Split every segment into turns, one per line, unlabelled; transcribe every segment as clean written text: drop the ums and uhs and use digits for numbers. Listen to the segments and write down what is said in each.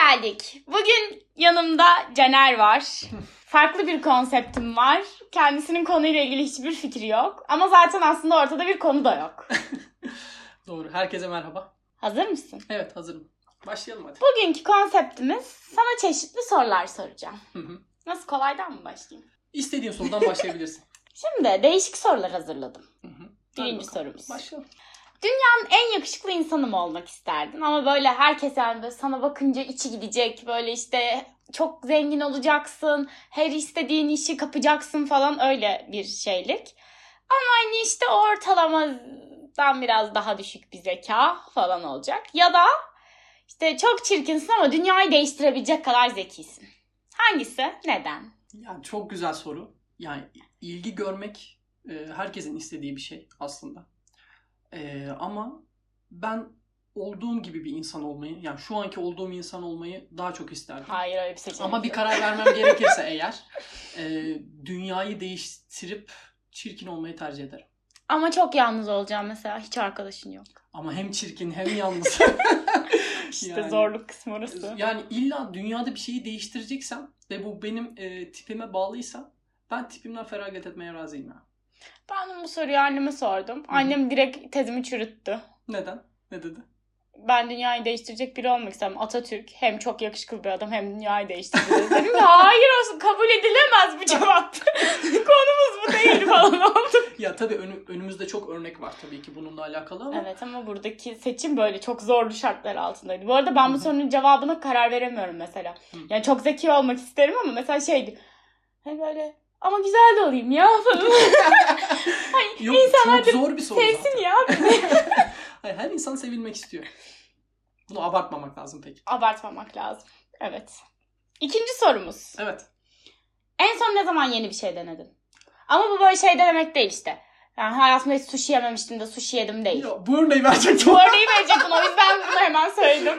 geldik. Bugün yanımda Caner var. Farklı bir konseptim var. Kendisinin konuyla ilgili hiçbir fikri yok. Ama zaten aslında ortada bir konu da yok.
Doğru. Herkese merhaba.
Hazır mısın?
Evet, hazırım. Başlayalım hadi.
Bugünkü konseptimiz sana çeşitli sorular soracağım.
Hı.
Nasıl, kolaydan mı başlayayım?
İstediğin sorudan başlayabilirsin.
Şimdi değişik sorular hazırladım.
Hı.
Birinci sorumuz.
Başlayalım.
En yakışıklı insanı mı olmak isterdin? Ama böyle herkes yani böyle sana bakınca içi gidecek. Böyle işte çok zengin olacaksın. Her istediğin işi kapacaksın falan, öyle bir şeylik. Ama hani işte ortalamadan biraz daha düşük bir zeka falan olacak. Ya da işte çok çirkinsin ama dünyayı değiştirebilecek kadar zekisin. Hangisi? Neden?
Yani çok güzel soru. Yani ilgi görmek herkesin istediği bir şey aslında. Ama ben olduğum gibi bir insan olmayı, yani şu anki olduğum insan olmayı daha çok isterdim.
Hayır, öyle bir seçenek
Ama bir
yok.
karar vermem gerekirse eğer dünyayı değiştirip çirkin olmayı tercih ederim.
Ama çok yalnız olacağım mesela. Hiç arkadaşın yok.
Ama hem çirkin hem yalnız.
İşte
Yani
zorluk kısmı orası.
Yani illa dünyada bir şeyi değiştireceksem ve bu benim tipime bağlıysa ben tipimden feragat etmeye razıyım ya.
Ben bu soruyu anneme sordum. Annem direkt tezimi çürüttü.
Neden? Ne dedi?
Ben dünyayı değiştirecek biri olmak istemem. Atatürk hem çok yakışıklı bir adam hem dünyayı değiştirecek. Dedim ki hayır olsun, kabul edilemez bu cevap. Konumuz bu değil falan oldu.
Ya tabii önümüzde çok örnek var tabii ki bununla alakalı ama.
Evet, ama buradaki seçim böyle çok zorlu şartlar altındaydı. Bu arada ben bu sorunun cevabına karar veremiyorum mesela. Yani çok zeki olmak isterim ama mesela şeydi. Hani böyle ama güzel de olayım ya falan.
Yok,
İnsanlar
çok zor bir soru
sevsin
zaten.
ya.
Hayır, her insan sevilmek istiyor. Bunu abartmamak lazım peki.
Abartmamak lazım. Evet. İkinci sorumuz.
Evet.
En son ne zaman yeni bir şey denedin? Ama bu böyle şey denemek değil işte. Yani hayatımda hiç sushi yememiştim de sushi yedim değil.
Ya, bu örneği verecektim.
Bu örneği verecektim, o yüzden bunu hemen söyledim.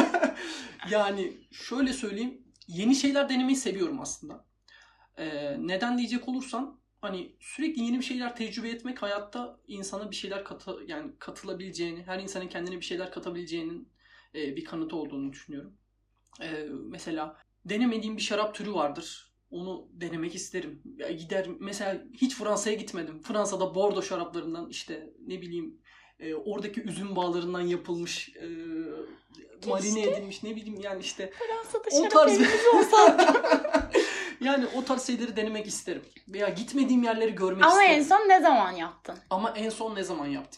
Yani şöyle söyleyeyim. Yeni şeyler denemeyi seviyorum aslında. Neden diyecek olursan hani sürekli yeni bir şeyler tecrübe etmek hayatta insana bir şeyler katılabileceğini, her insanın kendine bir şeyler katabileceğinin bir kanıtı olduğunu düşünüyorum. Mesela denemediğim bir şarap türü vardır. Onu denemek isterim. Ya gider mesela, hiç Fransa'ya gitmedim. Fransa'da Bordeaux şaraplarından işte ne bileyim oradaki üzüm bağlarından yapılmış marine edilmiş ne bileyim yani işte
Fransa'da
o
şarap
tarz
evimiz olsa.
yani o tarz şeyleri denemek isterim. Veya gitmediğim yerleri görmek
Ama
isterim.
en son ne zaman yaptın?
Ama en son ne zaman yaptım?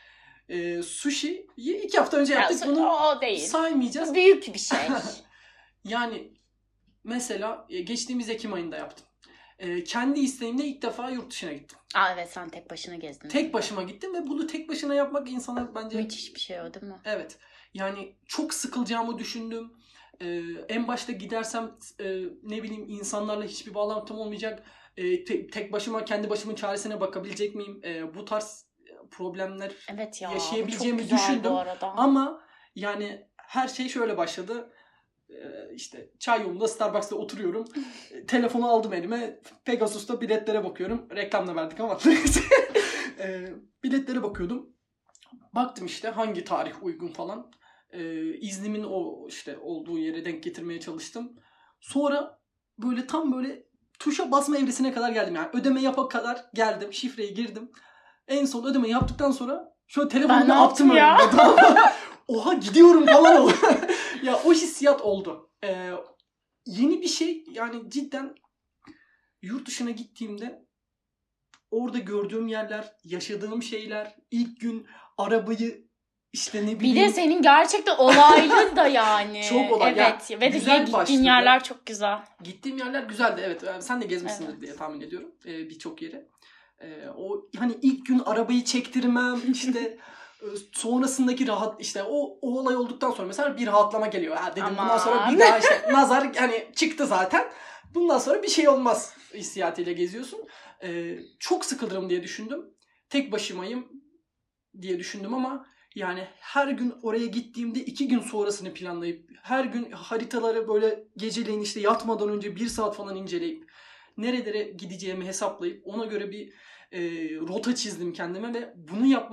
Sushi'yi 2 hafta önce yaptık.
Ya,
Bunu
o değil.
saymayacağız.
Bu büyük bir şey.
Yani mesela geçtiğimiz Ekim ayında yaptım. Kendi isteğimle ilk defa yurt dışına gittim.
Aa, evet, sen tek başına gezdin.
Tek başıma gittim ve bunu tek başına yapmak insana bence...
Müthiş bir şey o, değil mi?
Evet. Yani çok sıkılacağımı düşündüm. En başta gidersem ne bileyim insanlarla hiçbir bağlantım olmayacak. Tek başıma kendi başımın çaresine bakabilecek miyim? Bu tarz problemler
Evet ya,
yaşayabileceğimi
çok güzel
düşündüm.
bu arada.
Ama yani her şey şöyle başladı. İşte çay yolunda Starbucks'ta oturuyorum. Telefonu aldım elime. Pegasus'ta biletlere bakıyorum. Reklam da verdik ama. Biletlere bakıyordum. Baktım işte hangi tarih uygun falan. İznimin o işte olduğu yere denk getirmeye çalıştım. Sonra böyle tam böyle tuşa basma evresine kadar geldim. Yani ödeme yapa kadar geldim. Şifreyi girdim. En son ödeme yaptıktan sonra şöyle telefonumu attım
ya.
Oha, gidiyorum falan oldu. Ya o hissiyat oldu. Yeni bir şey yani, cidden yurt dışına gittiğimde orada gördüğüm yerler, yaşadığım şeyler, ilk gün arabayı işte ne bileyim.
Bir de senin gerçekten olaylı da yani.
Çok olay.
Evet.
Ya,
ve de
güzel
gittiğin
başladı.
yerler çok güzel.
Gittiğim yerler güzeldi, evet. Sen de gezmişsindir
Evet.
diye tahmin ediyorum birçok yere. O hani ilk gün arabayı çektirmem işte sonrasındaki rahat işte o olay olduktan sonra mesela bir rahatlama geliyor. Ha dedim,
Aman.
bundan sonra bir daha işte nazar hani çıktı zaten. Bundan sonra bir şey olmaz hissiyatıyla geziyorsun. Çok sıkılırım diye düşündüm. Tek başımayım diye düşündüm ama yani her gün oraya gittiğimde 2 gün sonrasını planlayıp her gün haritaları böyle geceleyin işte yatmadan önce 1 saat falan inceleyip nerelere gideceğimi hesaplayıp ona göre bir rota çizdim kendime ve bunu yapmak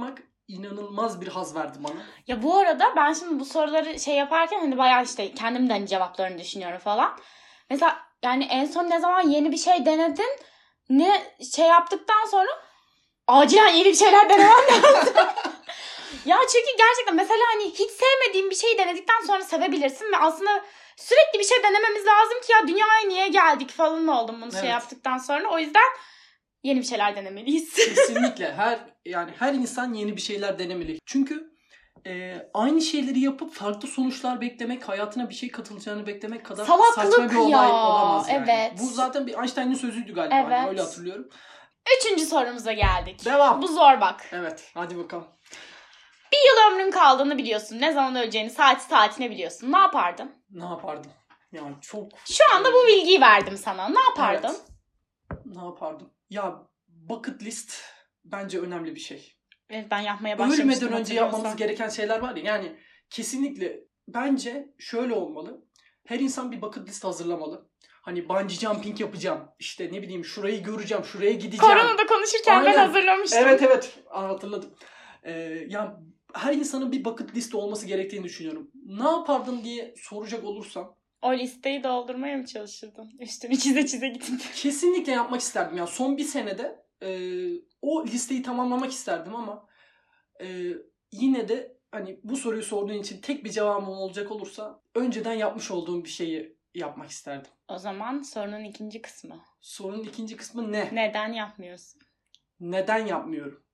inanılmaz bir haz verdi bana.
Ya bu arada ben şimdi bu soruları şey yaparken hani bayağı işte kendimden hani cevaplarını düşünüyorum falan. Mesela yani en son ne zaman yeni bir şey denedin? Ne şey yaptıktan sonra acilen yeni bir şeyler denemem lazım. Ya çünkü gerçekten mesela hani hiç sevmediğin bir şeyi denedikten sonra sevebilirsin ve aslında sürekli bir şey denememiz lazım ki ya dünyaya niye geldik falan oldum bunu şey yaptıktan sonra. O yüzden yeni bir şeyler denemeliyiz.
Kesinlikle her insan yeni bir şeyler denemeli. Çünkü aynı şeyleri yapıp farklı sonuçlar beklemek, hayatına bir şey katılacağını beklemek kadar
salaklık
saçma bir olay
ya.
olamaz yani.
Evet.
Bu zaten bir Einstein'ın sözüydü galiba.
Evet.
Hani öyle hatırlıyorum.
3. sorumuza geldik.
Devam.
Bu zor bak.
Evet, hadi bakalım.
Bir yıl ömrün kaldığını biliyorsun. Ne zaman öleceğini saatine biliyorsun. Ne yapardın?
Ne yapardım? Yani çok...
Şu anda bu bilgiyi verdim sana. Ne yapardın?
Evet. Ne yapardım? Ya bucket list bence önemli bir şey.
Evet, ben yapmaya başlamıştım.
Ölmeden önce yapmamız gereken şeyler var ya. Yani kesinlikle bence şöyle olmalı. Her insan bir bucket list hazırlamalı. Hani bungee jumping yapacağım. İşte ne bileyim şurayı göreceğim, şuraya gideceğim.
Koronada konuşurken
Aynen.
ben hazırlamıştım.
Evet. Hatırladım. Ya her insanın bir bucket list olması gerektiğini düşünüyorum. Ne yapardın diye soracak olursam.
O listeyi doldurmaya mı çalışırdın? Üstünü çize gidip.
Kesinlikle yapmak isterdim. Yani son bir senede o listeyi tamamlamak isterdim ama yine de hani bu soruyu sorduğun için tek bir cevabım olacak olursa önceden yapmış olduğum bir şeyi yapmak isterdim.
O zaman sorunun ikinci kısmı.
Sorunun ikinci kısmı ne?
Neden yapmıyorsun?
Neden yapmıyorum?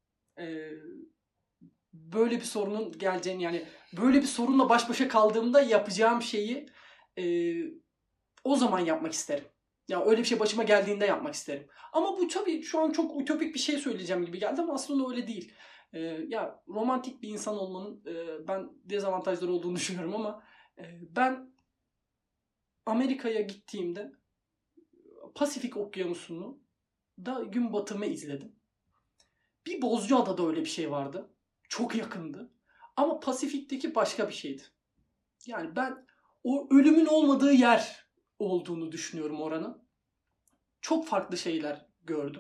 Böyle bir sorunun geleceğini yani böyle bir sorunla baş başa kaldığımda yapacağım şeyi o zaman yapmak isterim. Ya öyle bir şey başıma geldiğinde yapmak isterim. Ama bu tabii şu an çok ütopik bir şey söyleyeceğim gibi geldi ama aslında öyle değil. Ya romantik bir insan olmanın ben dezavantajları olduğunu düşünüyorum ama ben Amerika'ya gittiğimde Pasifik Okyanusu'nu da gün batımı izledim. Bir Bozcaada'da öyle bir şey vardı. Çok yakındı. Ama Pasifik'teki başka bir şeydi. Yani ben o ölümün olmadığı yer olduğunu düşünüyorum oranın. Çok farklı şeyler gördüm.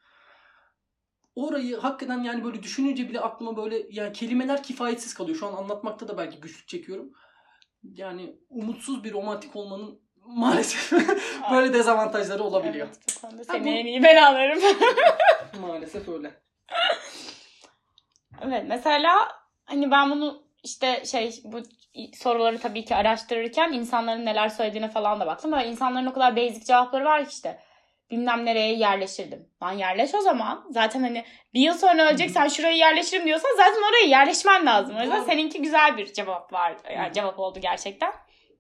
Orayı hakikaten yani böyle düşününce bile aklıma böyle yani kelimeler kifayetsiz kalıyor. Şu an anlatmakta da belki güçlük çekiyorum. Yani umutsuz bir romantik olmanın maalesef böyle dezavantajları olabiliyor.
Evet, bu konuda seni en iyi ben anlarım.
Maalesef öyle.
Evet, mesela hani ben bunu işte bu soruları tabii ki araştırırken insanların neler söylediğine falan da baktım. Böyle insanların o kadar basic cevapları var ki işte bilmem nereye yerleşirdim. Lan yerleş o zaman. Zaten hani bir yıl sonra öleceksen şuraya yerleşirim diyorsan zaten oraya yerleşmen lazım. O yüzden
Doğru.
seninki güzel bir cevap var. Yani cevap oldu gerçekten.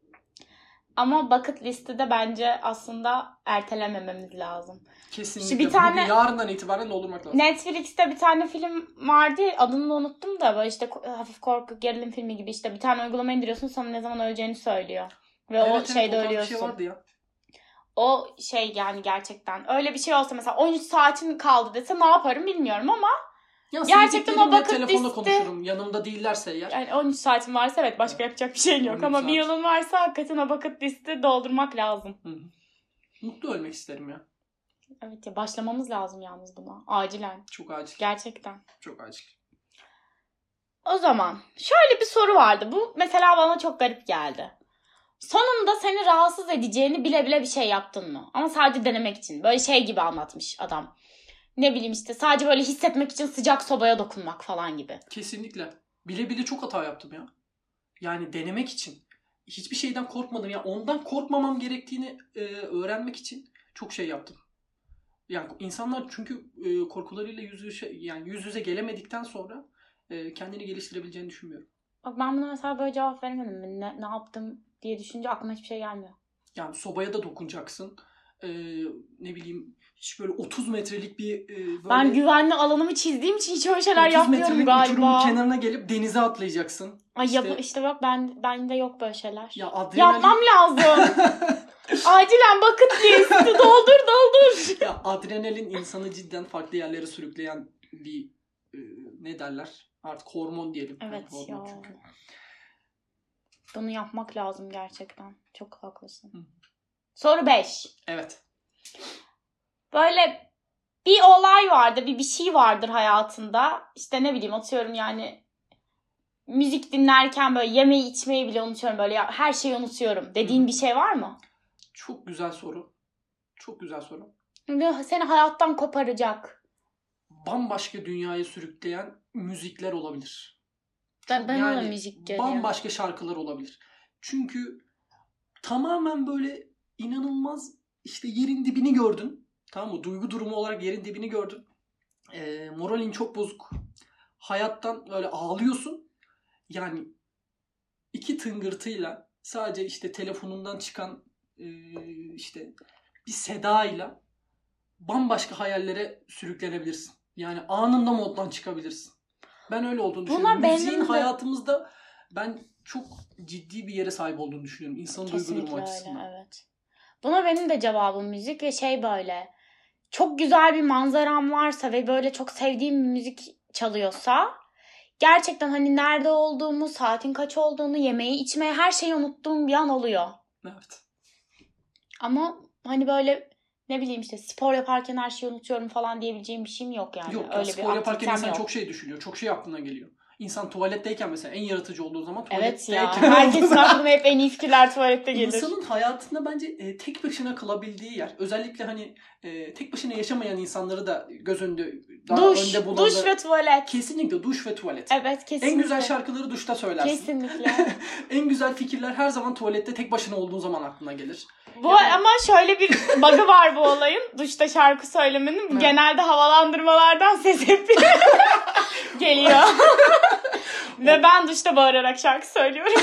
Ama bucket listi de bence aslında ertelemememiz lazım.
Kesinlikle.
Bir tane
yarından itibaren doldurmak lazım.
Netflix'te bir tane film vardı. Adını da unuttum da böyle işte hafif korku gerilim filmi gibi işte bir tane uygulama indiriyorsun sana ne zaman öleceğini söylüyor. Ve
Evet,
o şeyde
o
ölüyorsun.
Bir şey vardı ya.
O yani gerçekten öyle bir şey olsa mesela 13 saatin kaldı dese ne yaparım bilmiyorum ama
ya
gerçekten o bucket
telefonda
listi
konuşurum. Yanımda değillerse eğer.
yani 13 saatin varsa evet başka yapacak bir şeyin yok ama bir yılın varsa hakikaten o bucket listi doldurmak lazım.
Hı. Mutlu ölmek isterim ya.
Evet ya başlamamız lazım yalnız buna. Acilen.
Çok acil.
Gerçekten.
Çok acil.
O zaman şöyle bir soru vardı. Bu mesela bana çok garip geldi. Sonunda seni rahatsız edeceğini bile bile bir şey yaptın mı? Ama sadece denemek için. Böyle şey gibi anlatmış adam. Ne bileyim işte sadece böyle hissetmek için sıcak sobaya dokunmak falan gibi.
Kesinlikle. Bile bile çok hata yaptım ya. Yani denemek için. Hiçbir şeyden korkmadım. Ya ondan korkmamam gerektiğini öğrenmek için çok şey yaptım. Yani insanlar çünkü korkularıyla yüz yüze gelemedikten sonra kendini geliştirebileceğini düşünmüyorum.
Bak ben buna mesela böyle cevap veremedim. Ne yaptım diye düşünce aklıma hiçbir şey gelmiyor.
Yani sobaya da dokunacaksın. Ne bileyim hiç böyle 30 metrelik bir böyle...
Ben güvenli alanımı çizdiğim için hiç öyle şeyler
30
yapmıyorum
metrelik
galiba.
uçurumun kenarına gelip denize atlayacaksın.
Ay işte bak bende yok böyle şeyler.
Ya adrenalin...
Yapmam lazım. Acilen bucket list. Doldur.
Ya adrenalin insanı cidden farklı yerlere sürükleyen bir ne derler? Artık hormon diyelim.
Evet
hormon
ya.
çünkü.
Bunu yapmak lazım gerçekten. Çok haklısın.
Hı.
Soru 5.
Evet.
Böyle bir olay vardır, bir şey vardır hayatında. İşte ne bileyim atıyorum yani müzik dinlerken böyle yemeği içmeyi bile unutuyorum. Böyle ya, her şeyi unutuyorum dediğin bir şey var mı?
Çok güzel soru. Çok güzel soru.
Ve seni hayattan koparacak.
Bambaşka dünyaya sürükleyen müzikler olabilir.
Bana da müzik geliyor.
Bambaşka şarkılar olabilir. Çünkü tamamen böyle inanılmaz işte yerin dibini gördün. Tamam mı? Duygu durumu olarak yerin dibini gördün. Moralin çok bozuk. Hayattan böyle ağlıyorsun. Yani iki tıngırtıyla sadece işte telefonundan çıkan işte bir sedayla bambaşka hayallere sürüklenebilirsin. Yani anında moddan çıkabilirsin. Ben öyle olduğunu düşünüyorum. Müziğin hayatımızda ben çok ciddi bir yere sahip olduğunu düşünüyorum. İnsanın duygu durumu açısından.
Evet. Buna benim de cevabım müzik ve böyle çok güzel bir manzaram varsa ve böyle çok sevdiğim bir müzik çalıyorsa gerçekten hani nerede olduğumu, saatin kaç olduğunu, yemeği, içmeyi, her şeyi unuttuğum bir an oluyor.
Evet.
Ama hani böyle ne bileyim işte spor yaparken her şeyi unutuyorum falan diyebileceğim bir şeyim yok yani.
Yok
öyle
spor yaparken insan
yok.
çok şey düşünüyor. Çok şey aklına geliyor. İnsan tuvaletteyken mesela en yaratıcı olduğu zaman
Evet
tuvaletteyken.
ya. Herkesin aklına hep en iyi fikirler tuvalette gelir.
İnsanın hayatında bence tek başına kalabildiği yer. Özellikle hani tek başına yaşamayan insanları da göz önünde önde bulan.
Duş ve tuvalet.
Kesinlikle duş ve tuvalet.
Evet kesinlikle.
En güzel şarkıları duşta söylersin.
Kesinlikle.
En güzel fikirler her zaman tuvalette tek başına olduğun zaman aklına gelir.
Ama şöyle bir bug'ı var bu olayın. Duşta şarkı söylemenin. Bu genelde havalandırmalardan ses hep geliyor. Ve ben duşta bağırarak şarkı söylüyorum.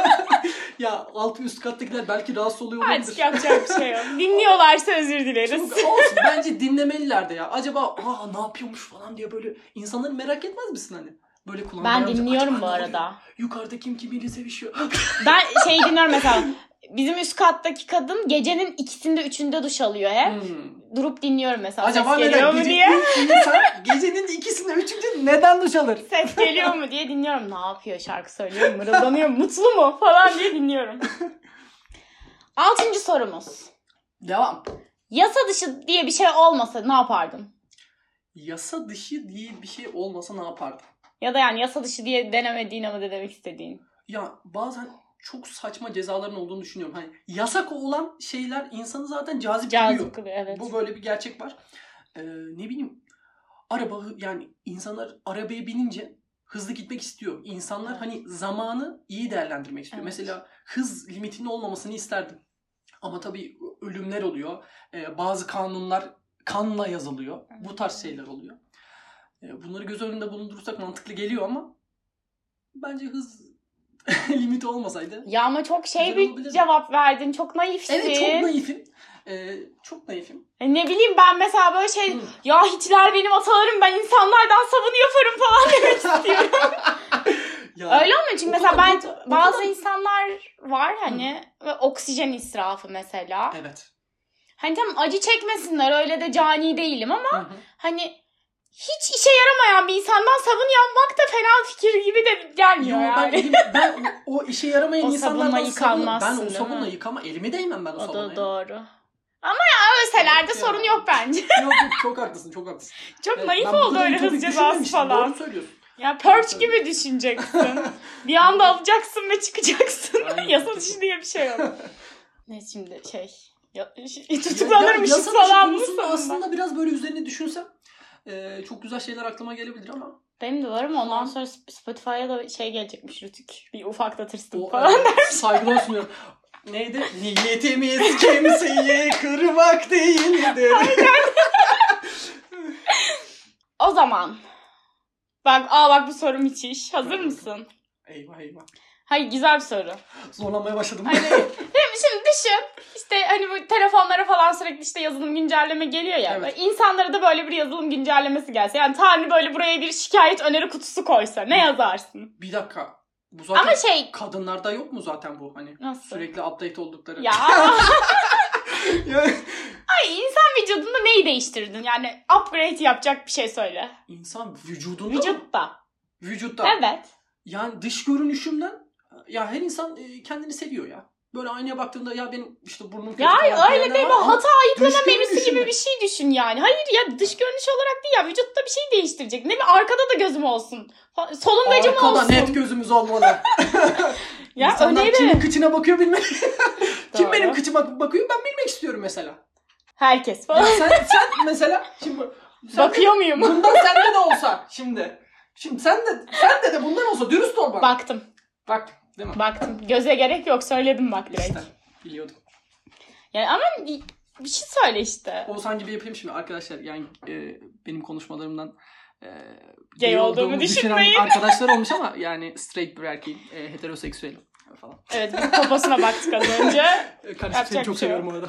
Ya alt üst kattakiler belki rahatsız oluyor olabilir.
Artık yapacak bir şey yok. Dinliyorlarsa özür dileriz.
Olsun bence dinlemeliler de ya. Acaba ne yapıyormuş falan diye böyle insanları merak etmez misin hani? Böyle
ben dinliyorum bu arada.
Yukarıda kim kimiyle sevişiyor. Ben
dinliyorum mesela. Bizim üst kattaki kadın gecenin 2'sinde 3'ünde duş alıyor hep. Durup dinliyorum mesela.
Acaba
ses geliyor mu diye.
İnsan gecenin 2'sinde 3'ünde neden duş alır?
Ses geliyor mu diye dinliyorum. Ne yapıyor? Şarkı söylüyor mu? Mırıldanıyor mu? Mutlu mu? Falan diye dinliyorum. 6. sorumuz.
Devam.
Yasa dışı diye bir şey olmasa ne yapardın?
Yasa dışı diye bir şey olmasa ne yapardın?
Ya da yani yasa dışı diye denemediğin ama da demek istediğin.
Ya bazen çok saçma cezaların olduğunu düşünüyorum. Hani yasak olan şeyler insanı zaten cazip kılıyor.
Evet.
Bu böyle bir gerçek var. Ne bileyim yani insanlar arabaya binince hızlı gitmek istiyor. İnsanlar hani zamanı iyi değerlendirmek istiyor. Evet. Mesela hız limitinin olmamasını isterdim. Ama tabii ölümler oluyor. Bazı kanunlar kanla yazılıyor. Bu tarz şeyler oluyor. Bunları göz önünde bulundurursak mantıklı geliyor ama bence hız limiti olmasaydı.
Ya ama çok bir cevap verdin. Çok naifsin.
Evet çok naifim. Çok naifim.
Ne bileyim ben mesela böyle ya Hitler benim atalarım, ben insanlardan savunu yaparım falan demek istiyorum. Ya, öyle olmuyor çünkü mesela bazı insanlar var hani ve oksijen israfı mesela.
Evet.
Hani tamam acı çekmesinler, öyle de cani değilim ama hani hiç işe yaramayan bir insandan sabun yapmak da fena fikir gibi de gelmiyor yani.
Ben o işe yaramayan insanlardan
yıkanmazsın.
Ben o sabunla yıkama, elimi değmem ben o sabuna.
O da doğru. Ama ya ölseler de sorun yok bence.
Yok çok haklısın.
Çok naif oldu öyle hız cezası falan.
Doğru söylüyorsun.
Ya Purge gibi düşüneceksin. Bir anda alacaksın ve çıkacaksın. Yasa dışı diye bir şey yok. Ne şimdi tutuklanırmışız falan mı?
Aslında biraz böyle üzerine düşünsem çok güzel şeyler aklıma gelebilir ama.
Benim de var ama ondan sonra Spotify'a da gelecekmiş Rütük. Bir ufak da tırstım falan dermiş.
Saygılar sunuyorum. Neydi? Niyetimiz kimseyi kırmak değildir.
Aynen. O zaman. Bak bu sorum hiç. Hazır mısın?
Eyvah.
Hayır, güzel bir soru.
Zorlanmaya başladım.
Hayır. Şimdi düşün. İşte hani bu telefonlara falan sürekli yazılım güncelleme geliyor ya. Evet. İnsanlara da böyle bir yazılım güncellemesi gelse. Yani Tanrı böyle buraya bir şikayet öneri kutusu koysa ne yazarsın?
Bir dakika. Bu zaten
ama
kadınlarda yok mu zaten bu hani?
Nasıl?
Sürekli update oldukları.
Ya. Ay, insan vücudunda neyi değiştirdin? Yani upgrade yapacak bir şey söyle.
İnsan vücudunda. Vücutta.
Evet.
Yani dış görünüşümden ya her insan kendini seviyor ya. böyle aynaya baktığımda ya benim işte burnum kötü
Ya
falan
öyle
diyenler
değil,
var
bu
ama
hata ayıklama
dış görünüş
menüsü gibi
düşünme.
bir şey düşün yani. Hayır ya, dış görünüş olarak değil ya, vücutta bir şey değiştirecek. Ne bir arkada da gözüm olsun. Solungacım
Arkada
olsun.
net gözümüz olmalı.
Ya
İnsanlar
öneri.
kimin kıçına bakıyor bilmek. Kim
Doğru.
benim kıçıma bakıyor ben bilmek istiyorum mesela.
Herkes
Ya
falan.
sen mesela şimdi
Bakıyor muyum?
bundan sende de olsa şimdi sen de bundan olsa dürüst ol bana.
Baktım.
Bak değil mi?
Baktım. Göze gerek yok, söyledim bak direkt.
İşte biliyordum.
Yani ama bir şey söyle işte.
Oğuzhan gibi yapayım şimdi arkadaşlar yani benim konuşmalarımdan
Gay olduğumu düşünmeyin.
arkadaşlar olmuş ama yani straight bir erkeğim, heteroseksüelim falan.
Evet, biz poposuna baktık az önce.
Kardeşim seni çok
bir şey yok.
seviyorum orada.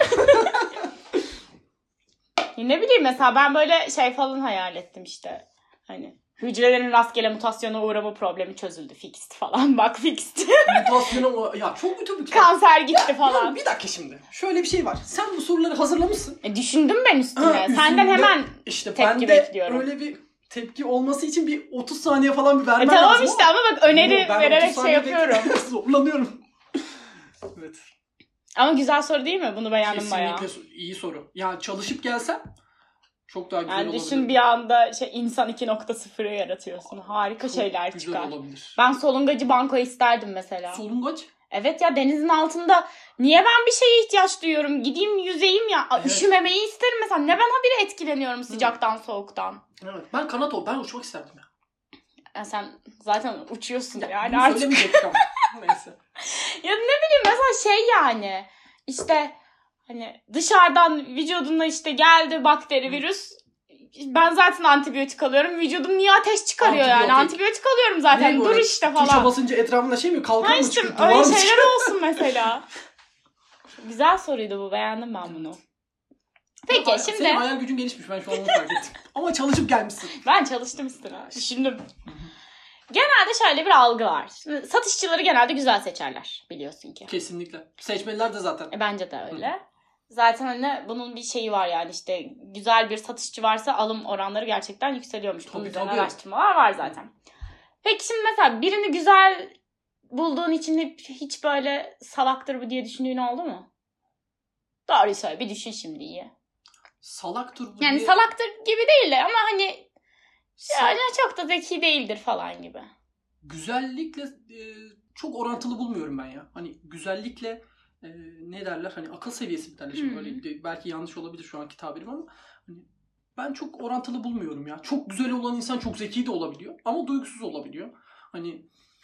Ne bileyim, mesela ben böyle şey falan hayal ettim işte. Hani hücrelerin rastgele mutasyona uğrama problemi çözüldü. Fixed falan. Bak fixed.
Mutasyona ya çok ütopik.
Kanser gitti
Ya
falan.
bir dakika şimdi. Şöyle bir şey var. Sen bu soruları hazırlamışsın.
Düşündüm ben üstüne.
Ha,
Senden hemen
işte
tepki
ben de
bekliyorum.
öyle bir tepki olması için bir 30 saniye falan bir vermem
tamam
lazım
işte ama bak öneri
ben
vererek
30
şey
saniye
yapıyorum.
beklemekte zorlanıyorum. Evet.
Ama güzel soru değil mi? Bunu beğendim bayağı.
Kesinlikle iyi soru. Ya çalışıp gelsem çok daha güzel
Yani
olabilir.
düşün, bir anda insan 2.0'ı yaratıyorsun. Harika
Çok
şeyler
güzel
çıkar.
olabilir.
Ben solungacı banko isterdim mesela.
Solungaç?
Evet ya, denizin altında niye ben bir şeye ihtiyaç duyuyorum? Gideyim yüzeyim ya.
Evet.
Üşümemeyi isterim mesela. Ne ben habire etkileniyorum sıcaktan, soğuktan.
Evet. Ben kanat ol. Ben uçmak isterdim ya.
Ya sen zaten uçuyorsun yani
Bunu
artık.
söylemeyecektik ama. Neyse.
Ya ne bileyim, mesela yani işte hani dışarıdan vücuduna işte geldi bakteri, virüs. Ben zaten antibiyotik alıyorum. Vücudum niye ateş çıkarıyor yani? Antibiyotik alıyorum zaten. Dur işte falan.
Tuşa basınca etrafında şey mi? Kalkan mı çıkıyor?
Öyle
Duvar mı
şeyler
çıkıyor?
olsun mesela. Güzel soruydu bu. Beğendim ben bunu. Peki
Ya,
şimdi...
Senin hayal gücün gelişmiş. Ben şu an onu fark ettim. Ama çalışıp gelmişsin.
Ben çalıştım üstüne. Düşündüm. Genelde şöyle bir algı var. Şimdi satışçıları genelde güzel seçerler, biliyorsun ki.
Kesinlikle. Seçmeliler de zaten.
Bence de öyle. Zaten hani bunun bir şeyi var yani, işte güzel bir satışçı varsa alım oranları gerçekten yükseliyormuş. Bunun üzerine araştırmalar var zaten. Peki şimdi mesela birini güzel bulduğun için hiç böyle salaktır bu diye düşündüğün oldu mu? Doğruyu söyle, bir düşün şimdi iyi.
Salaktır bu
Yani
diye...
salaktır gibi değil de ama hani yani çok da zeki değildir falan gibi.
Güzellikle çok orantılı bulmuyorum ben ya. Hani güzellikle ne derler, hani akıl seviyesi bir tane şimdi böyle belki yanlış olabilir şu anki tabirim ama hani ben çok orantılı bulmuyorum ya. Çok güzel olan insan çok zeki de olabiliyor ama duygusuz olabiliyor. Hani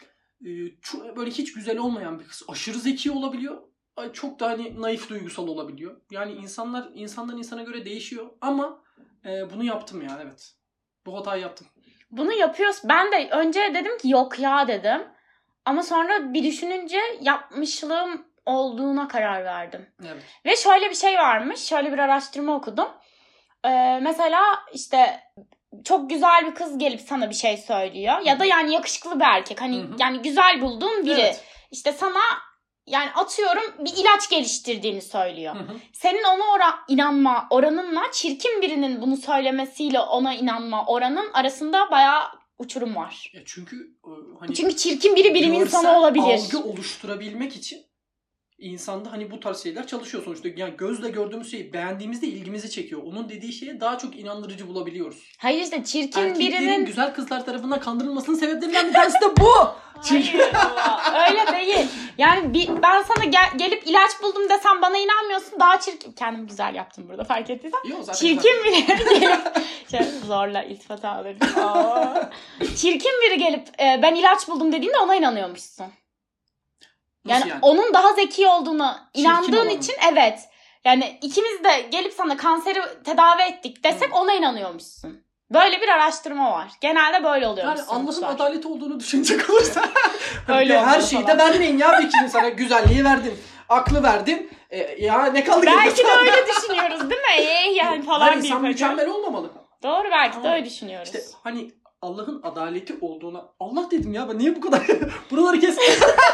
böyle hiç güzel olmayan bir kız aşırı zeki olabiliyor. Çok da hani naif, duygusal olabiliyor. Yani insandan insana göre değişiyor ama bunu yaptım yani, evet. Bu hatayı yaptım.
Bunu yapıyoruz. Ben de önce dedim ki yok ya dedim. Ama sonra bir düşününce yapmışlığım olduğuna karar verdim.
Evet.
Ve şöyle bir şey varmış. Şöyle bir araştırma okudum. Mesela işte çok güzel bir kız gelip sana bir şey söylüyor. Ya da yani yakışıklı bir erkek. Hani yani güzel bulduğun biri.
Evet.
İşte sana yani atıyorum bir ilaç geliştirdiğini söylüyor. Senin ona inanma oranınla çirkin birinin bunu söylemesiyle ona inanma oranın arasında bayağı uçurum var.
Ya çünkü hani
çirkin biri bilim insanı olabilir.
Algı oluşturabilmek için insanda hani bu tarz şeyler çalışıyor sonuçta. Yani gözle gördüğümüz şeyi beğendiğimizde ilgimizi çekiyor. Onun dediği şeye daha çok inandırıcı bulabiliyoruz.
Hayır işte çirkin
Erkeklerin
birinin...
güzel kızlar tarafından kandırılmasının sebeplerinden bir tanesi de bu.
Hayır ama öyle değil. Yani ben sana gelip ilaç buldum desem bana inanmıyorsun. Daha çirkin... Kendim güzel yaptım burada, fark ettiysen.
Yok, zaten
çirkin biri gelip... zorla iltifat alırım. Çirkin biri gelip ben ilaç buldum dediğinde ona inanıyormuşsun. Yani onun daha zeki olduğuna inandığın için evet. Yani ikimiz de gelip sana kanseri tedavi ettik desek ona inanıyormuşsun. Böyle bir araştırma var. Genelde böyle oluyormuş.
Yani Allah'ın adaleti olduğunu düşünecek olursa
öyle
her şeyi de vermeyin ya, bir kişinin sana güzelliği verdin, aklı verdin. Ya ne kaldı?
Belki de öyle düşünüyoruz değil mi? Yani falan
her insan mükemmel olmamalı.
Doğru, belki de öyle düşünüyoruz.
İşte hani Allah'ın adaleti olduğuna... Allah dedim ya, ben niye bu kadar buraları kestim?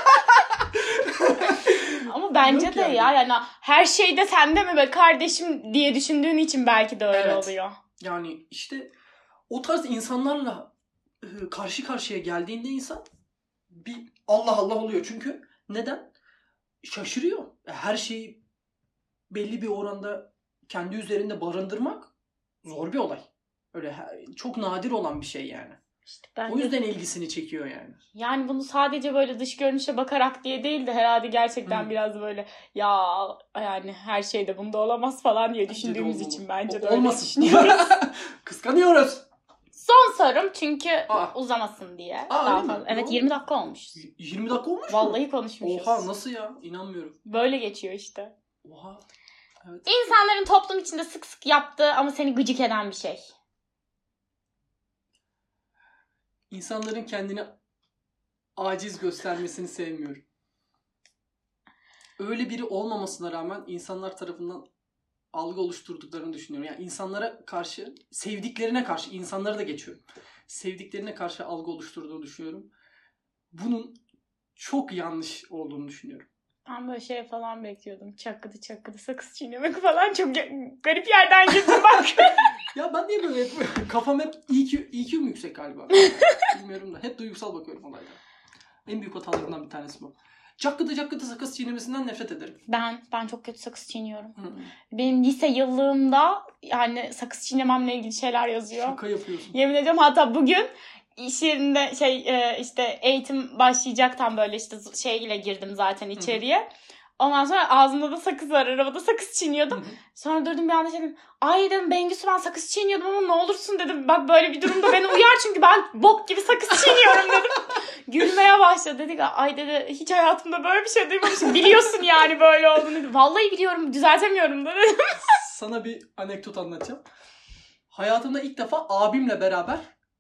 Ama bence de yani her şeyde sende mi be kardeşim diye düşündüğün için belki de öyle oluyor.
Yani işte o tarz insanlarla karşı karşıya geldiğinde insan bir Allah Allah oluyor. Çünkü neden? şaşırıyor. Her şeyi belli bir oranda kendi üzerinde barındırmak zor bir olay. Öyle çok nadir olan bir şey yani.
İşte ben
o yüzden ilgisini çekiyor yani.
Yani bunu sadece böyle dış görünüşe bakarak diye değil de herhalde gerçekten biraz böyle ya yani her şeyde bunda olamaz falan diye düşündüğümüz için bence de öyle
olmasın.
düşünüyoruz.
Kıskanıyoruz.
Son sorum çünkü uzamasın diye. Daha fazla. Evet 20 dakika olmuş.
20 dakika olmuş mu?
Vallahi konuşmuşuz.
Oha nasıl ya? İnanmıyorum.
Böyle geçiyor işte.
Oha. Evet.
İnsanların toplum içinde sık sık yaptığı ama seni gıcık eden bir şey.
İnsanların kendini aciz göstermesini sevmiyorum. Öyle biri olmamasına rağmen insanlar tarafından algı oluşturduklarını düşünüyorum. Yani insanlara karşı, sevdiklerine karşı, insanları da geçiyorum. Sevdiklerine karşı algı oluşturduğunu düşünüyorum. Bunun çok yanlış olduğunu düşünüyorum.
Ben böyle şey falan bekliyordum. Çakkıdı sakız çiğnemek falan çok garip yerden girdim bak.
Ya ben niye böyle kafam hep EQ'm yüksek galiba. Bilmiyorum da. Hep duygusal bakıyorum olaylara. En büyük hatalarından bir tanesi bu. Çakkıdı sakız çiğnemesinden nefret ederim.
Ben çok kötü sakız çiğniyorum. Benim lise yıllığımda yani sakız çiğnememle ilgili şeyler yazıyor.
Şaka yapıyorsun.
Yemin ediyorum hatta bugün iş yerinde işte eğitim başlayacak tam böyle işte şeyle girdim zaten içeriye. Ondan sonra ağzımda da sakız var. Arabada sakız çiğniyordum. Sonra durdum bir anda dedim. Ay dedim Bengüsü ben sakız çiğniyordum ama ne olursun dedim. Bak böyle bir durumda beni uyar çünkü ben bok gibi sakız çiğniyorum dedim. Gülmeye başladı. Dedik ay dedi hiç hayatımda böyle bir şey duymamışım. Biliyorsun yani böyle olduğunu dedi. Vallahi biliyorum düzeltemiyorum da dedim.
Sana bir anekdot anlatacağım. Hayatımda ilk defa abimle beraber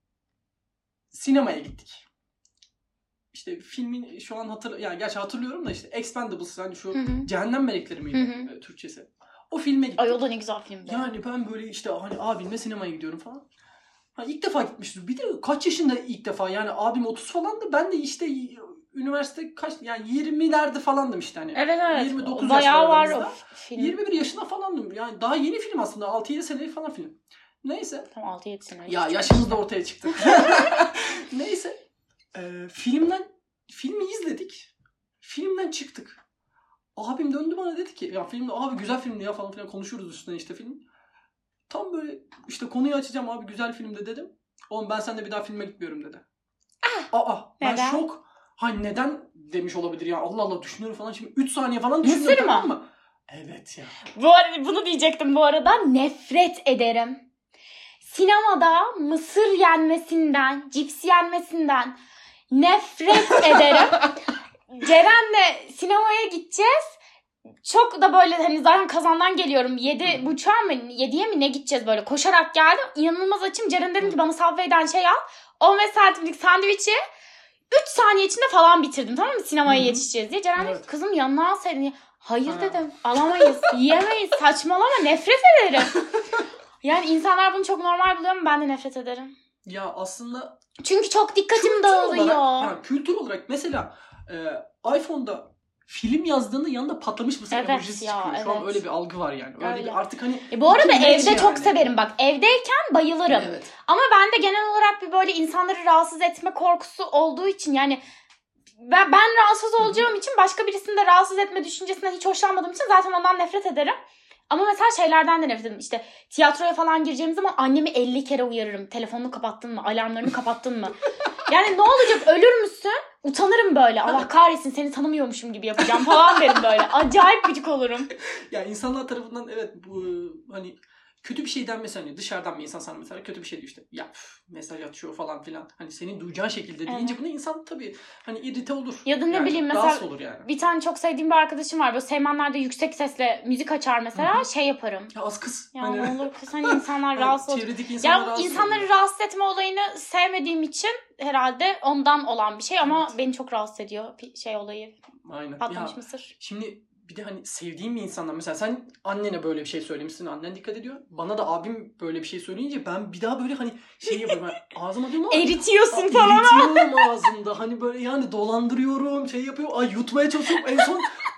sinemaya gittik. İşte filmin şu an yani gerçi hatırlıyorum da işte Expendables hani şu Cehennem Melekleri miydi Türkçesi. O filme gittik.
Ay o da ne güzel filmdi.
Yani ben böyle işte hani abimle sinemaya gidiyorum falan. Ha, ilk defa gitmiştim. Bir de kaç yaşında ilk defa yani abim 30 falandı. Ben de işte üniversite kaç yani 20'lerde falandım işte hani.
Evet.
29
bayağı var
yaşlarımızda.
o film.
21 yaşında falandım. Yani daha yeni film aslında. 6-7 senelik falan film. Neyse.
Tam 6-7 sene.
Ya yaşımız da ortaya çıktı. Neyse. Filmi izledik. Filmden çıktık. Abim döndü bana dedi ki ya filmde abi güzel filmdi ya falan filan konuşuruz üstüne işte film. Tam böyle işte konuyu açacağım abi güzel filmde dedim. Oğlum ben seninle bir daha filme gitmiyorum dedi. Ben
neden?
şok. Hani neden demiş olabilir ya Allah Allah düşünüyorum falan şimdi 3 saniye falan düşünüyorum.
Mısır
tamam
mı?
mı? Evet ya.
Bunu diyecektim bu arada. Nefret ederim. Sinemada mısır yenmesinden, cips yenmesinden nefret ederim. Ceren'le sinemaya gideceğiz. Çok da böyle hani zaten kazandan geliyorum. 7.30'a mı 7'ye mi ne gideceğiz böyle koşarak geldim. İnanılmaz açım. Ceren dedim ki bana Subway'den şey al. 15 santimlik sandviçi 3 saniye içinde falan bitirdim tamam mı sinemaya yetişeceğiz diye. Ceren dedi kızım yanına alsaydın. Hayır dedim alamayız yiyemeyiz saçmalama nefret ederim. Yani insanlar bunu çok normal buluyor ama ben de nefret ederim.
Ya aslında
çünkü çok dikkatim dağılıyor.
Kültür olarak mesela iPhone'da film yazdığında yanında patlamış mısır emojisi çıkıyor. Şu an öyle bir algı var yani. Öyle bir artık hani
bu arada evde çok severim bak. Evdeyken bayılırım.
Evet.
Ama bende genel olarak bir böyle insanları rahatsız etme korkusu olduğu için yani ben rahatsız olacağım için başka birisini de rahatsız etme düşüncesinden hiç hoşlanmadığım için zaten ondan nefret ederim. Ama mesela şeylerden de nefret ederim. İşte tiyatroya falan gireceğim zaman annemi 50 kere uyarırım. Telefonunu kapattın mı? Alarmlarını kapattın mı? Yani ne olacak? Ölür müsün? Utanırım böyle. Allah kahretsin seni tanımıyormuşum gibi yapacağım falan derim böyle. Acayip gıcık olurum.
Ya insanlar tarafından evet bu hani kötü bir şey denmesi hani dışarıdan bir insan sana mesela kötü bir şey diyor işte ya mesaj atıyor falan filan. Hani senin duyacağın şekilde deyince bunu insan tabii hani irite olur.
Ya da ne bileyim mesela
olur yani.
Bir tane çok sevdiğim bir arkadaşım var. Böyle Seymenler'de yüksek sesle müzik açar mesela şey yaparım.
Ya az kız.
Ya hani... ne olur kız hani insanlar rahatsız olur.
Ya
insanları rahatsız etme olayını sevmediğim için herhalde ondan olan bir şey ama beni çok rahatsız ediyor şey olayı.
Aynen.
Patlamış mısır.
Şimdi bir de hani sevdiğim bir insandan mesela sen annene böyle bir şey söylemişsin annen dikkat ediyor. Bana da abim böyle bir şey söyleyince ben bir daha böyle hani şey yapıyorum ağzıma diyorum ama
eritiyorsun falan.
Eritiyorum ağzımda hani böyle yani dolandırıyorum şey yapıyorum yutmaya çalışıyorum en son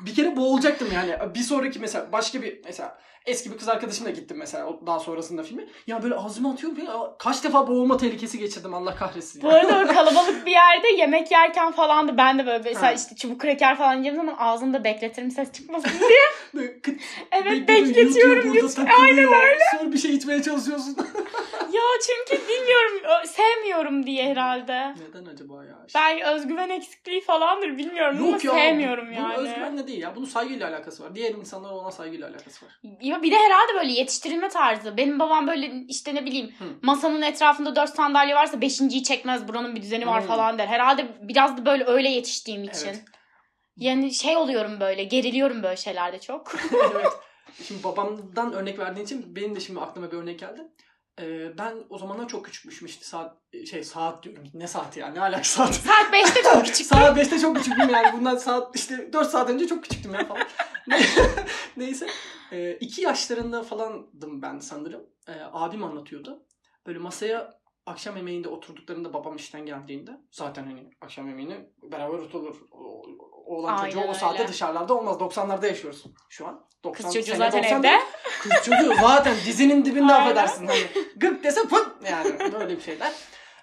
Bir kere boğulacaktım yani. Bir sonraki mesela başka bir mesela eski bir kız arkadaşımla gittim mesela daha sonrasında filmi. Ya böyle ağzıma atıyorum. Kaç defa boğulma tehlikesi geçirdim Allah kahretsin.
Bu arada o kalabalık bir yerde yemek yerken falan da ben de böyle mesela işte çubuk kraker falan yiyeceğim zaman ağzımda bekletirim ses çıkmasın diye. Evet bekletiyorum.
Aynen öyle. Sonra bir şey içmeye çalışıyorsun.
Ya çünkü bilmiyorum sevmiyorum diye herhalde.
Neden acaba ya?
Belki özgüven eksikliği falandır bilmiyorum ama sevmiyorum yani.
Bunun özgüvenle değil ya. Bunun saygıyla alakası var. Diğer insanların ona saygıyla alakası var.
Ya bir de herhalde böyle yetiştirilme tarzı. Benim babam böyle işte ne bileyim masanın etrafında 4 sandalye varsa 5.'yi çekmez buranın bir düzeni var falan der. Herhalde biraz da böyle öyle yetiştiğim için. Evet. Yani şey oluyorum böyle geriliyorum böyle şeylerde çok.
Evet. Şimdi babamdan örnek verdiğin için benim de şimdi aklıma bir örnek geldi. Ben o zamanlar çok küçükmüşüm işte saat diyorum. Ne saati ya? Ne alaka saat?
Saat 5'te çok küçüktüm.
Saat 5'te çok küçüktüm yani. Bundan saat işte 4 saat önce çok küçüktüm ya falan. Neyse. 2 yaşlarında falandım ben sanırım. Abim anlatıyordu. Böyle masaya akşam yemeğinde oturduklarında babam işten geldiğinde zaten hani akşam yemeğini beraber oturulur. Oğlan çocuğu o saatte dışarılarda olmaz. 90'larda yaşıyoruz şu an.
Kız çocuğu zaten evde.
Kız çocuğu zaten dizinin dibinde affedersin. Hani gık dese pıt yani böyle bir şeyler.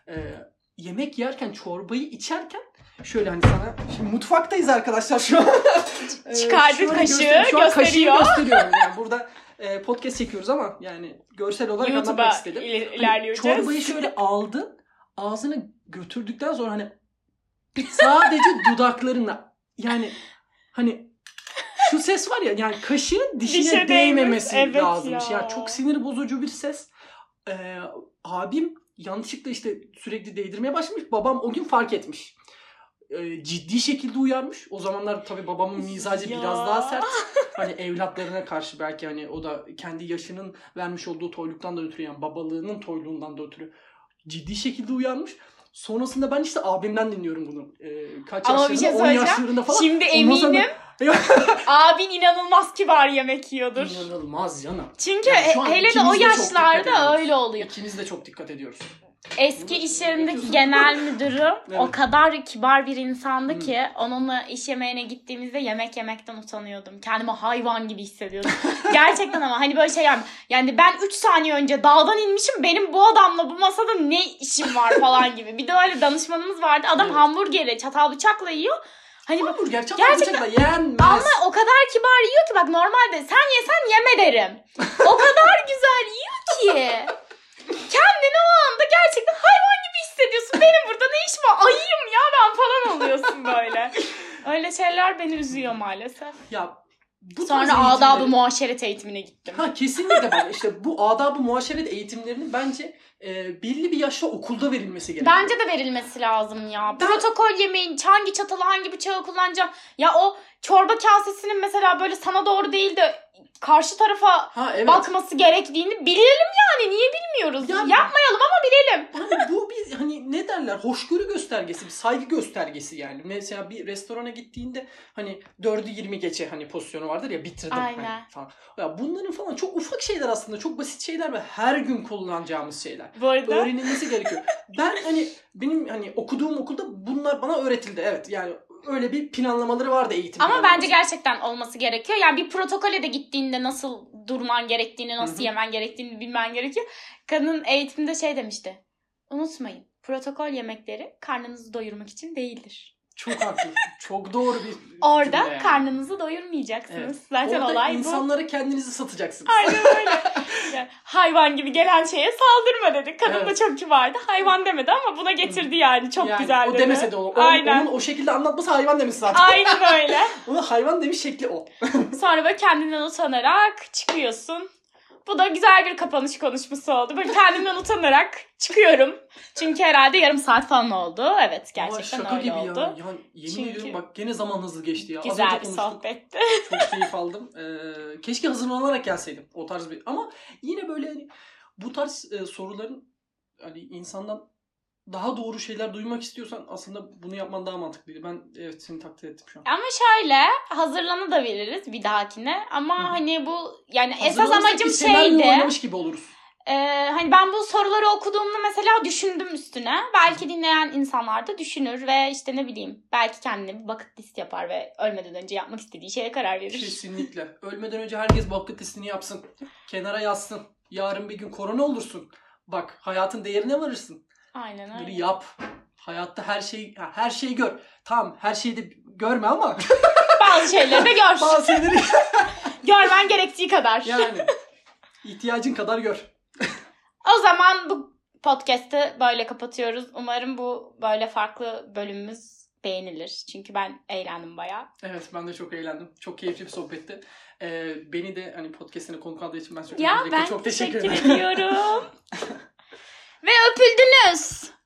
Yemek yerken çorbayı içerken şöyle hani sana şimdi mutfaktayız arkadaşlar şu an.
Çıkardı kaşığı
şu an kaşığı gösteriyorum. Yani burada podcast çekiyoruz ama yani görsel olarak anlatmak istedim.
İlerleyeceğiz.
Hani çorbayı şöyle aldın, ağzına götürdükten sonra hani sadece dudaklarınla yani hani şu ses var ya yani kaşığın dişine değmemesi lazımmış. Ya. Yani çok sinir bozucu bir ses. Abim yanlışlıkla işte sürekli değdirmeye başlamış. Babam o gün fark etmiş. Ciddi şekilde uyarmış. O zamanlar tabii babamın mizacı biraz daha sert. Hani evlatlarına karşı belki hani o da kendi yaşının vermiş olduğu toyluktan da ötürü yani babalığının toyluğundan da ötürü ciddi şekilde uyarmış. Sonrasında ben işte abimden dinliyorum bunu. Kaç
ama
yaşlarında? 10 yaşlarında falan.
Şimdi eminim abin inanılmaz kibar yemek yiyordur.
İnanılmaz canım.
Çünkü yani hele de o yaşlarda öyle oluyor.
İkimiz de çok dikkat ediyoruz.
Eski iş yerimdeki genel müdürüm o kadar kibar bir insandı ki onunla iş yemeğine gittiğimizde yemek yemekten utanıyordum. Kendimi hayvan gibi hissediyordum. Gerçekten ama hani böyle şey yani ben 3 saniye önce dağdan inmişim benim bu adamla bu masada ne işim var falan gibi. Bir de öyle danışmanımız vardı. Adam hamburgeri çatal bıçakla yiyor. Hani
hamburger çatal bıçakla yenmez.
Ama o kadar kibar yiyor ki bak normalde sen yesen yeme derim. O kadar güzel yiyor ki. Kendini o anda gerçekten hayvan gibi hissediyorsun. Benim burada ne işim var? Ayıyım ya ben falan oluyorsun böyle. Öyle şeyler beni üzüyor maalesef.
Ya
sonra adab-ı muaşeret eğitimine gittim.
Kesinlikle bak işte bu adab-ı muaşeret eğitimlerinin bence belli bir yaşta okulda verilmesi gerekiyor.
Bence de verilmesi lazım ya. Protokol yemeğin hangi çatalı hangi bıçağı kullanacağım. Ya o çorba kasesinin mesela böyle sana doğru değil de karşı tarafa bakması gerektiğini bilelim yani. Niye bilmiyoruz? Yani, yapmayalım ama bilelim.
Hani bu bir hani ne derler? Hoşgörü göstergesi, bir saygı göstergesi yani. Mesela bir restorana gittiğinde hani 4'ü 20 geçe hani pozisyonu vardır ya bitirdim hani falan. Ya bunların falan çok ufak şeyler aslında. Çok basit şeyler ve her gün kullanacağımız şeyler.
Bu arada
öğrenilmesi gerekiyor. Ben hani benim hani okuduğum okulda bunlar bana öğretildi. Evet yani öyle bir planlamaları vardı eğitim.
Ama bence gerçekten olması gerekiyor. Yani bir protokole de gittiğinde nasıl durman gerektiğini, nasıl yemen gerektiğini bilmen gerekiyor. Kadın eğitimde şey demişti. Unutmayın, protokol yemekleri karnınızı doyurmak için değildir.
Çok haklı. Çok doğru bir
orada yani. Karnınızı doyurmayacaksınız. Evet. Zaten
orada
olay bu.
Orada insanlara kendinizi satacaksınız.
Aynen öyle. Yani, hayvan gibi gelen şeye saldırma dedi. Kadın da çok kibardı. Hayvan demedi ama buna getirdi yani. Çok yani, güzel dedi.
O demese de olur. Onun o şekilde anlatması hayvan demiş zaten.
Aynen öyle.
Onu hayvan demiş şekli o.
Sonra böyle kendinden utanarak çıkıyorsun. Bu da güzel bir kapanış konuşması oldu. Böyle kendimden utanarak çıkıyorum. Çünkü herhalde yarım saat falan oldu. Evet gerçekten öyle
gibi
oldu.
Ya yemin ediyorum bak gene zaman hızlı geçti ya.
Güzel bir sohbetti.
Çok keyif aldım. Keşke hazırlanarak gelseydim. O tarz bir ama yine böyle hani, bu tarz soruların hani insandan daha doğru şeyler duymak istiyorsan aslında bunu yapman daha mantıklıydı. Ben evet seni takdir ettim şu an.
Ama şöyle hazırlanabiliriz bir dahakine. Ama hani bu yani esas amacım şeydi.
oynamış gibi oluruz.
Hani ben bu soruları okuduğumda mesela düşündüm üstüne. Belki dinleyen insanlar da düşünür ve işte ne bileyim belki kendine bir bucket list yapar ve ölmeden önce yapmak istediği şeye karar verir.
Kesinlikle. Ölmeden önce herkes bucket listini yapsın. Kenara yazsın. Yarın bir gün korona olursun. Bak hayatın değerine varırsın.
Aynen öyle.
Böyle yap. Hayatta her şeyi gör. Tamam her şeyi de görme ama
Bazı şeyleri de gör.
bazı şeyleri
Görmen gerektiği kadar.
yani ihtiyacın kadar gör.
O zaman bu podcast'ı böyle kapatıyoruz. Umarım bu böyle farklı bölümümüz beğenilir. Çünkü ben eğlendim bayağı.
Evet ben de çok eğlendim. Çok keyifli bir sohbetti. Beni de hani podcast'ine konuk aldığı için
Ya ben
çok teşekkür
teşekkür
ederim.
ediyorum. Ve öpüldünüz.